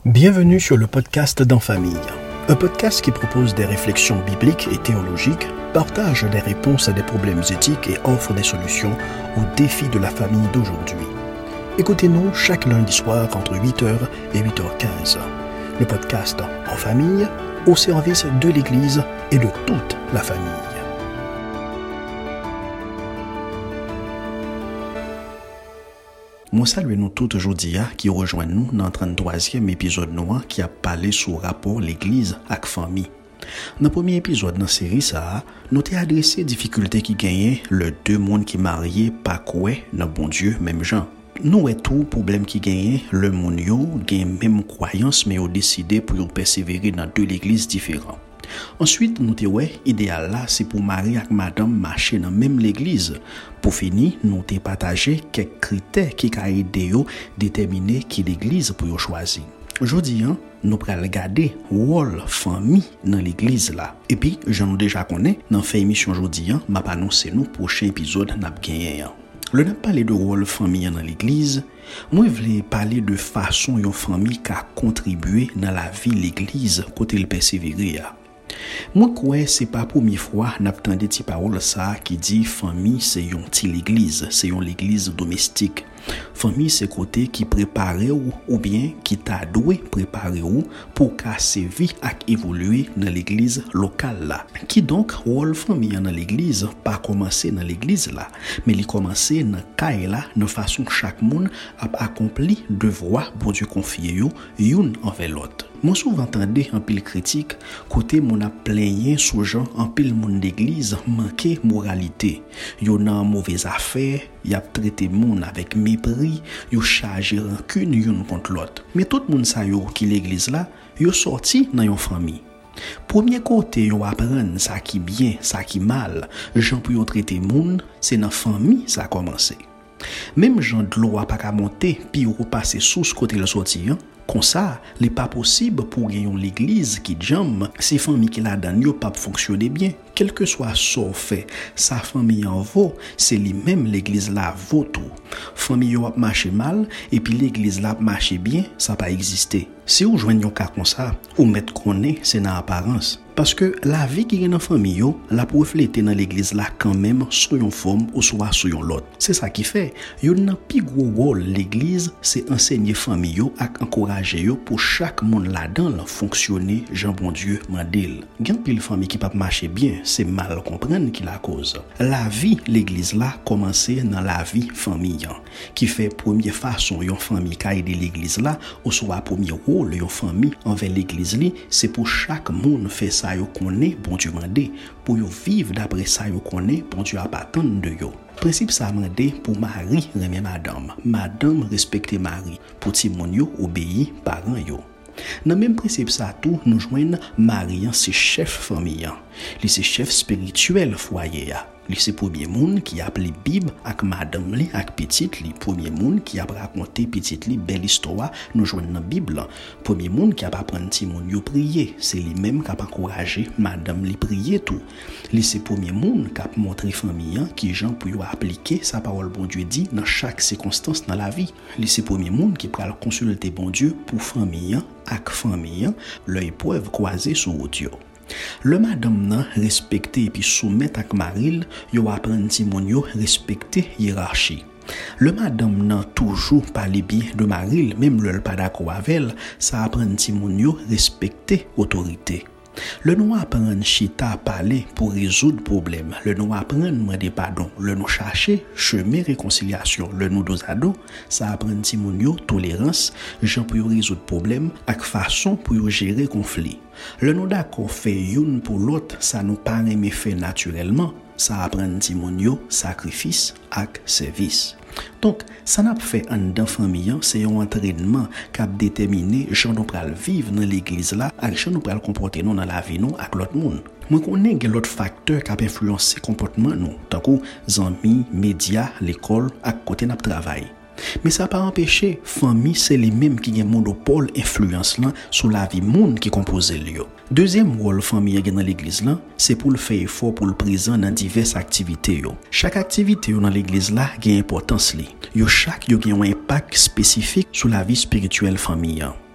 Bienvenue sur le podcast d'En Famille, un podcast qui propose des réflexions bibliques et théologiques, partage des réponses à des problèmes éthiques et offre des solutions aux défis de la famille d'aujourd'hui. Écoutez-nous chaque lundi soir entre 8h et 8h15. Le podcast En Famille, au service de l'Église et de toute la famille. Moi salue nous tout aujourd'hui qui rejoint nous dans le 33e épisode noir qui a parlé sur rapport l'Église avec famille. Dans le premier épisode de la série, nous avons adressé difficultés qui gagnaient le deux mondes qui mariés pas quoi dans bon Dieu même gens. Nous avons tout problème qui gagnait le monde gagne même croyance mais ont décidé pour persévérer dans deux églises différentes. Ensuite, nous avons idéal là, c'est pour marier avec madame marcher dans même l'église. Pour finir, nous avons partagé quelques critères qui ont aidé à déterminer qui l'église pour choisir. Aujourd'hui, nous allons regarder le rôle famille dans l'église là. Et puis, j'en ai déjà connais, dans fait émission aujourd'hui, m'a annoncé nous prochain épisode n'a gagné. Le n'a parlé de rôle famille dans l'église, moi je voulais parler de façon une famille qui a contribué dans la vie de l'église côté le persévérer. Moi crois c'est pas première fois n'a entendu des paroles ça qui dit famille c'est une petite église, c'est une église domestique. Famille c'est côté qui prépare ou bien qui t'a doué préparer pour casser vie et évoluer dans l'église locale là. Qui donc rôle famille dans l'église pas commencer dans l'église là, mais il commencer dans caille là de façon chaque monde a accompli devoir pour Dieu confier une envers l'autre. Moi souvent entendé en pile critique côté mon a plaigné sous gens en pile monde d'église manquer moralité. Yo nan mauvaise affaire, y a traité monde avec mépris, yo chargé rancune une contre l'autre. Mais tout monde sa yo qui l'église là, yo sorti dans yon famille. Premier côté yo apprendre ça qui bien, ça qui mal, gens pour yo traiter monde, c'est dans famille ça commencé. Même gens de l'eau a pas qu'à monter puis repasser sous ce côté le sorti. Comme ça, il n'est pas possible pour gagner l'église qui jambe, ces familles qui la donnent yo pas fonctionner bien. Quel que soit ce fait, sa famille en vaut, c'est lui-même l'église là vaut tout. Famille a marché mal et puis l'église là marché bien, ça pas existé. Si vous joignez un cas comme ça, ou mettre connaît, c'est dans apparence. Parce que la vie qui est dans la famille, la pour refléter dans l'église là quand même, soit une forme ou soit sur l'autre. C'est ça qui fait. Yo n'a plus gros rôle l'église, c'est enseigner famille et encourager pour chaque monde là-dedans fonctionner, Jean bon Dieu mandel. Gen pile famille qui pas marcher bien, c'est mal comprendre qui la cause. La vie l'église là commencer dans la vie famille qui fait première façon une famille qui aide l'église là ou soit premier rôle une famille envers l'église li, c'est pour chaque monde faire ça yo connaît bon Dieu mandé pour yo vivre d'après ça yo connaît bon Dieu a pas attendre de yo. Principe ça mandé pour mari remet madame respecter mari pour ti moun yo obéir parents yo. Dans même principe ça tout nous joignent mari c'est chef famille li c'est chef spirituel foyer li c'est premier monde qui appelé Bible avec madame li avec petite li premier monde qui a raconté petite li belle histoire nous joignent dans Bible premier monde qui a apprendre ti moun yo prier c'est lui même qui a encourager madame li prier tout li c'est premier monde qui a montré famille qui gens pour yo appliquer sa parole bon Dieu dit dans chaque circonstance dans la vie li c'est premier monde qui pral consulter bon Dieu pour famille avec famille leur épreuve croisée sur Dieu. Le madame nan respecter et puis soumettre ak maril, yo apprendre ti moun yo respecter hiérarchie. Le madame nan toujours parler bien de maril, même le pas d'accord avec elle, ça apprendre ti moun yo respecter autorité. Le nous apprendre chita parler pour résoudre problème, le nous apprendre demander pardon, le nous chercher chemin réconciliation, le nous dosado, ça apprendre ti moun yo tolérance, gens pour résoudre problème ak façon pour gérer conflit. Le nous d'accord fait une pour l'autre, ça nous pas aimer fait naturellement, ça apprendre ti moun yo sacrifice ak service. Donc, ça n'a pas fait en dans famille, c'est un entraînement qui a déterminé gens nous pral vivre dans l'église là, et gens nous pral comporter nous dans la vie nous avec l'autre monde. Moi connais que l'autre facteur qui a influencé comportement nous, tant que amis, médias, l'école, à côté n'a travail. Mais ça pas empêché famille c'est les mêmes qui ont monopole influence là sur la vie monde qui compose lieu. Deuxième rôle famille dans l'église là, c'est pour le faire effort pour le présent dans diverses activités yo. Chaque activité dans l'église là gagne importance li. Yo chaque yo gagne un impact spécifique sur la vie spirituelle famille.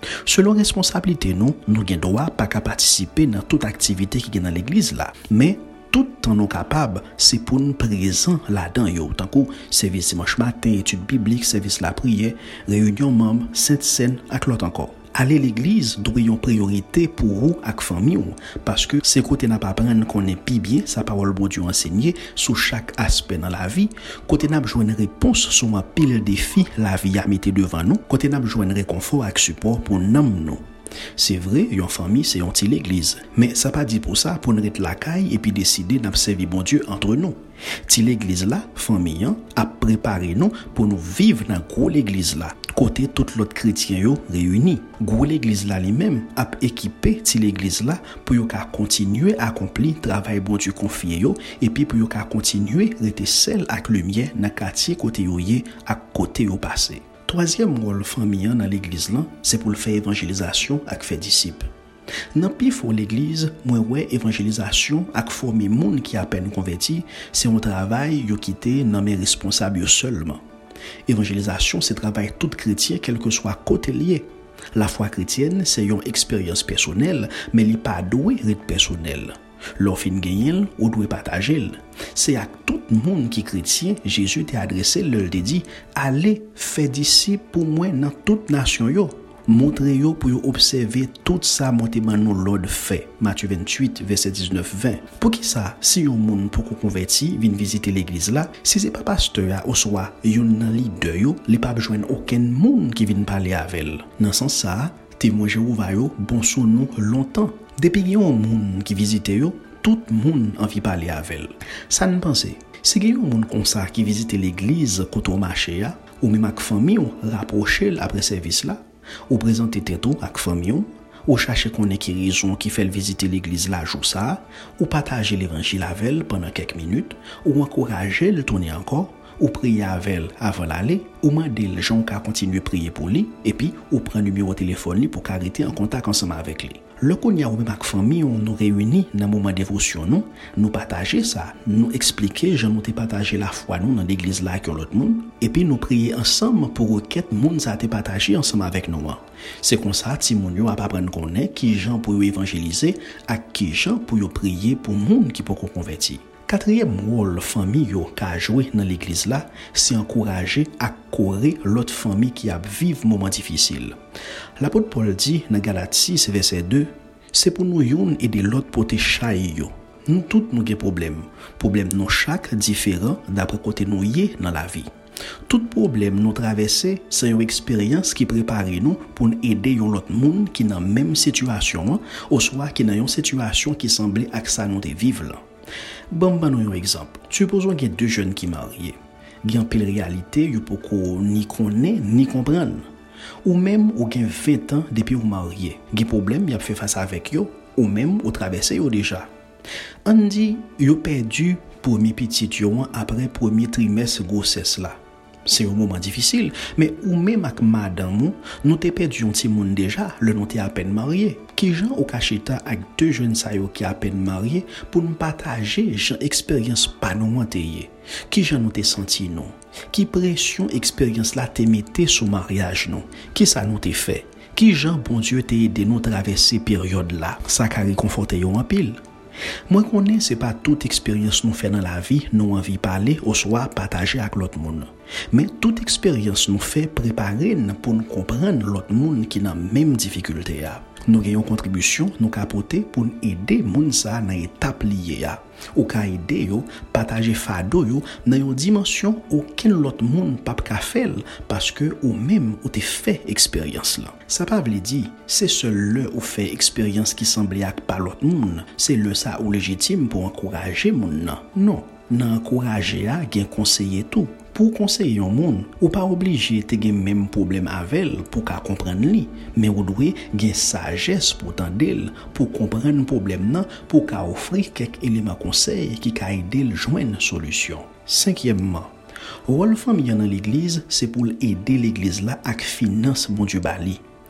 Selon responsabilité nous avons droit pas qu'à participer dans toute activité qui est dans l'église là, mais tout temps nous capable, c'est pour nous présent là-dedans yo, tant que service dimanche matin, étude biblique, service la prière, réunion membres, sainte scène ak l'autre encore. Aller l'église doit une priorité pour vous ak famille ou, parce que c'est côté n'a pas prendre qu'on est pi bien sa parole bon Dieu enseigné sous chaque aspect dans la vie, côté n'a besoin une réponse sur un pile défi la vie a mis devant nous, côté n'a besoin de réconfort ak support pour nous. C'est vrai, une famille, c'est une l'église. Mais ça pas dit pour ça, pour nous être la caille et puis décider d'observer bon Dieu entre nous. Si l'église là, famille, a préparé nous pour nous vivre dans gros l'église là. Côté tout l'autre chrétien yo réunis. Gros l'église là lui-même a équipé si l'église là pour yo ka continuer à accomplir travail bon Dieu confié yo et puis pour yo ka continuer rester seul avec lumière dans quartier côté yo yé à côté yo passé. Troisième rôle famille dans l'église là, c'est pour le faire évangélisation et faire disciples. Dans pire pour l'église, moi ouais évangélisation et former monde qui à peine converti, c'est un travail yo quitté dans mes responsables seulement. Évangélisation, c'est travail tout chrétien quel que soit côté lié. La foi chrétienne, c'est une expérience personnelle, mais il pas doué être personnel. L'offre gagnel ou doit partager. C'est à tout le monde qui est chrétien, Jésus t'a adressé, le dit, allez faire disciples pour moi dans toute nation yo. Montrez yo pour yo observer tout ça monté ban nous l'ordre fait. Matthieu 28 verset 19-20. Pour qui ça, si un monde pour qu'on converti vient visiter l'église là, si c'est pas pasteur ou soit yon leader yo, li pas besoin aucun monde qui vient parler avec elle. Dans sens ça, témoin Jéhovah yo bon sous nous longtemps. Depuis yon monde qui visite yo, tout monde envie parler avec elle. Ça ne pensez. Si yon monde comme ça qui visite l'église côté au marché ya, ou même avec famille ou rapprocher après service là, ou présenter tête avec famille ou chercher connaître qui raison qui fait visiter l'église là jour ça, ou partager l'évangile avec elle pendant quelques minutes, ou encourager le tourner encore, ou prier avec elle avant d'aller, ou demander les gens à continuer à prier pour lui, et puis ou prendre numéro de téléphone pour arrêter en contact ensemble avec lui. Le konya ou même avec famille on nous réunit dans moment dévotion nous partager ça, nous expliquer j'en nous partager la foi nous dans l'église là avec l'autre monde et puis nous prier ensemble pour requête monde ça te partager ensemble avec nous. C'est comme ça ti moun yo a pas prendre connaître qui gens pour évangéliser à qui gens pour prier pour monde qui pour convertir. Quatrième rôle famille yo qu'a joué dans l'église là, c'est encourager à courir l'autre famille qui a vivre moment difficile. L'apôtre Paul dit dans Galates 6 verset 2, c'est pour nous yon aider l'autre pour te chailler yo. Nous tous nous gen problème nous chaque différent d'après côté nous yé dans la vie. Tout problème nous traverser, c'est une expérience qui prépare nous pour aider l'autre monde qui dans même situation ou soit qui dans une situation qui semblait ak ça nous te vivre là. Bon un exemple. Supposons qu'il y a deux jeunes qui mariés. Il y a une pile réalité, ils pour ni connaître ni comprendre. Ou même ou gen 20 ans depuis ou marié. Gen problème y a fait face avec yo ou même ou traverser yo déjà. On dit yo perdu premier petit yo après premier trimestre grossesse là. C'est un moment difficile, mais ou même avec madame, nous t'ai perdu un petit monde déjà, le nous t'ai à peine marié. Qui gens au cacheta avec deux jeunes sayo qui à peine mariés pour nous partager une expérience pas nous menteye. Qui gens nous t'ai senti non? Qui pression expérience là t'ai mette sur mariage non? Qui ça nous t'ai fait? Qui gens bon Dieu t'ai aidé nous traverser période là? Ça qu'a réconforté yo en pile. Moi connais c'est pas toute expérience nous fait dans la vie nous envie parler ou soit partager avec l'autre monde. Mais toute expérience nous fait préparer pour nous comprendre l'autre monde qui n'a même difficulté a. Nous gagnons contribution nous capoter pour aider moun ça dans étape liée a. Ou ka aider yo partager fardeau yo dans une dimension aucun l'autre monde pas ka faire parce que ou même ou te fait expérience là. Ça pas veut dire c'est seul le ou fait expérience qui semblait ak pas l'autre monde, c'est le ça ou légitime pour encourager moun nan. Non, nan encourager a gen conseiller tout. Pour conseiller un monde, ou pas obligé te gen même problème avec elle pour qu'à comprendre li, mais ou doit gen sagesse pour tendel pour comprendre problème nan pour qu'à offrir quelques éléments conseils qui ka aider le joindre solution. Cinquièmement, rôle famille dans l'église, c'est pour aider l'église là avec finance bon Dieu bali.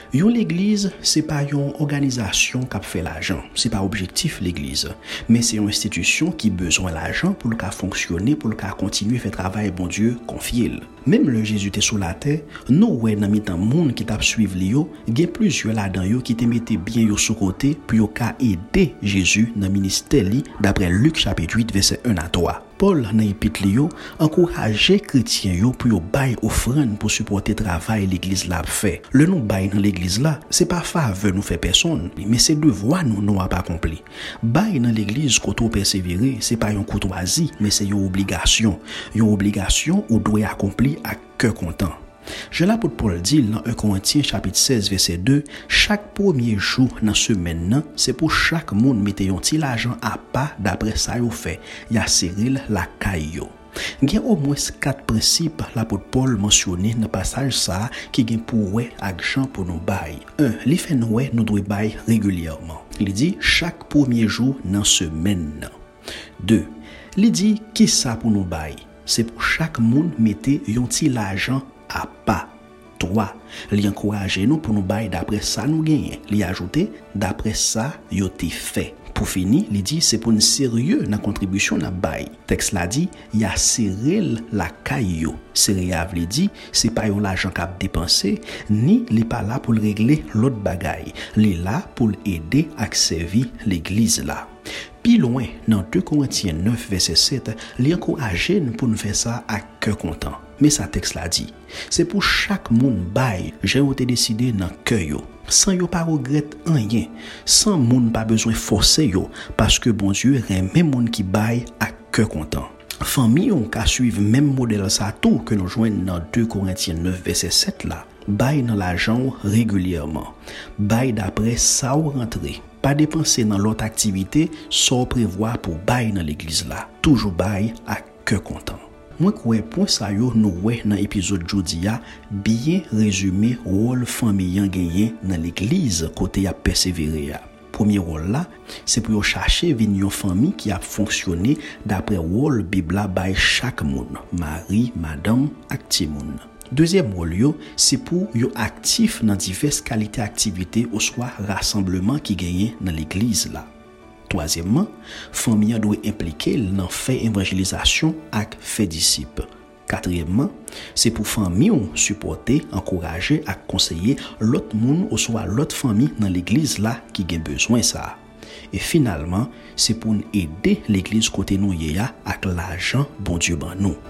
Yon l'église, c'est pas une organisation qui fait l'argent, c'est pas objectif l'église, mais c'est une institution qui a besoin d'argent pour le cas fonctionner, pour le cas continuer à faire travail bon Dieu confié. Même le Jésus était sur la terre, nous ouais dans mitan monde qui t'a suivre yo, il y a plusieurs là-dedans yo qui te mettait bien yo sur côté pour yo ka aider Jésus dans ministère li d'après Luc chapitre 8 verset 1 à 3. Paul dans épître li yo encourager chrétiens yo pour yo bail offrande pour supporter travail l'église l'a fait. Le nous bail dans l'église là, c'est pas faveur nous fait personne, mais c'est devoir nous a pas accompli. Bail dans l'église quand on persévérer, c'est pas une courtoisie, mais c'est une obligation. Une obligation ou doit accomplir à cœur content. Je l'apôtre Paul dit dans 1 Corinthiens chapitre 16 verset 2, chaque premier jour dans semaine c'est pour chaque monde mettre un petit l'argent à pas d'après ça yo fait. Ya Cyril la caillou. Il y a au moins 4 principes l'apôtre Paul mentionné dans passage ça qui gagne pour ouais argent pour nous bail. 1. Les fait nous doit bail régulièrement. Il dit chaque premier jour dans semaine. 2. Il dit qui ça pour nous bail? C'est pour chaque monde mettre un petit l'argent à pas. 3. Li encourage nous pour nous bailler d'après ça nous gagner. Li ajouter d'après ça yo te fait. Pour finir, li dit c'est pour une sérieux dans contribution na bail. Texte la dit y a Cyril la caillou. Sérieux li dit c'est pas yon l'argent qu'a dépensé ni li pas là pour régler l'autre bagaille. Li là pour aider à servir l'église là. Puis loin, dans 2 Corinthiens 9, verset 7, il encourage nous pour nous faire ça à cœur content. Mais ça texte l'a dit, c'est pour chaque monde bail, j'ai décidé dans cœur yo. Sans yo pas regrette rien, sans monde pas besoin forcer yo, parce que bon Dieu remet monde qui bail à cœur content. Famille on ka suivre même modèle ça tout que nous joignent dans 2 Corinthiens 9, verset 7 là. Bail dans l'argent régulièrement. Bail d'après ça ou rentrer. Pas dépenser dans l'autre activité sans prévoir pour bail dans l'église là. Toujours bail à cœur content. Moi crois point ça yo nous ouais dans épisode jodia bien résumé rôle famille gagné dans l'église côté a persévérer. Premier rôle là, c'est pour chercher une famille qui a fonctionné d'après rôle Bible bail chaque monde, mari, madame, ak ti moun. Deuxième rôle c'est pour yo actif dans diverses qualités activités ou soit rassemblement qui gagne dans l'église là. Troisièmement, famille doit impliquer dans fait évangélisation ak fait disciple. Quatrièmement, c'est pour famille supporter, encourager et conseiller l'autre monde ou soit l'autre famille dans l'église là qui a besoin ça. Et finalement, c'est pour aider l'église côté nous yéya avec l'argent bon Dieu ban nous.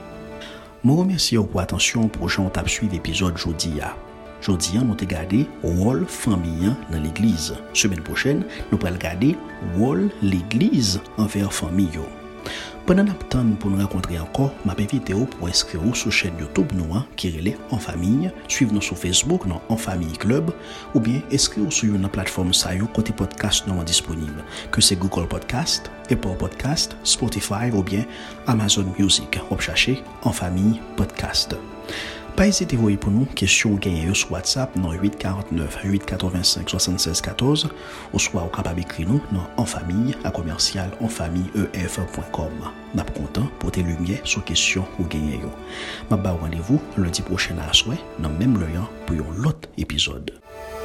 Je remercie pour attention pour Jean t'a suivi l'épisode jodia. Jodia nous t'ai gardé rôle famille dans l'église. Semaine prochaine, nous allons regarder rôle l'église envers famille. Pendant notre temps pour nous rencontrer encore, m'a invité pour inscrire sur chaîne YouTube nous qui relève En Famille, suivre nous sur Facebook non En Famille Club ou bien inscrire sur une plateforme ça yo côté podcast non disponible que c'est Google Podcast, Apple Podcast, Spotify ou bien Amazon Music. On chercher En Famille Podcast. Pas hésiter à pour nous question gagner sur WhatsApp dans 849 885 76 14 ou soit au capable écrire nous dans enfamille@enfamilleef.com. N'a pas content pour tes lumières sur question ou gagner yo. M'a ba rendez-vous lundi prochain à soir dans même lien pour un autre épisode.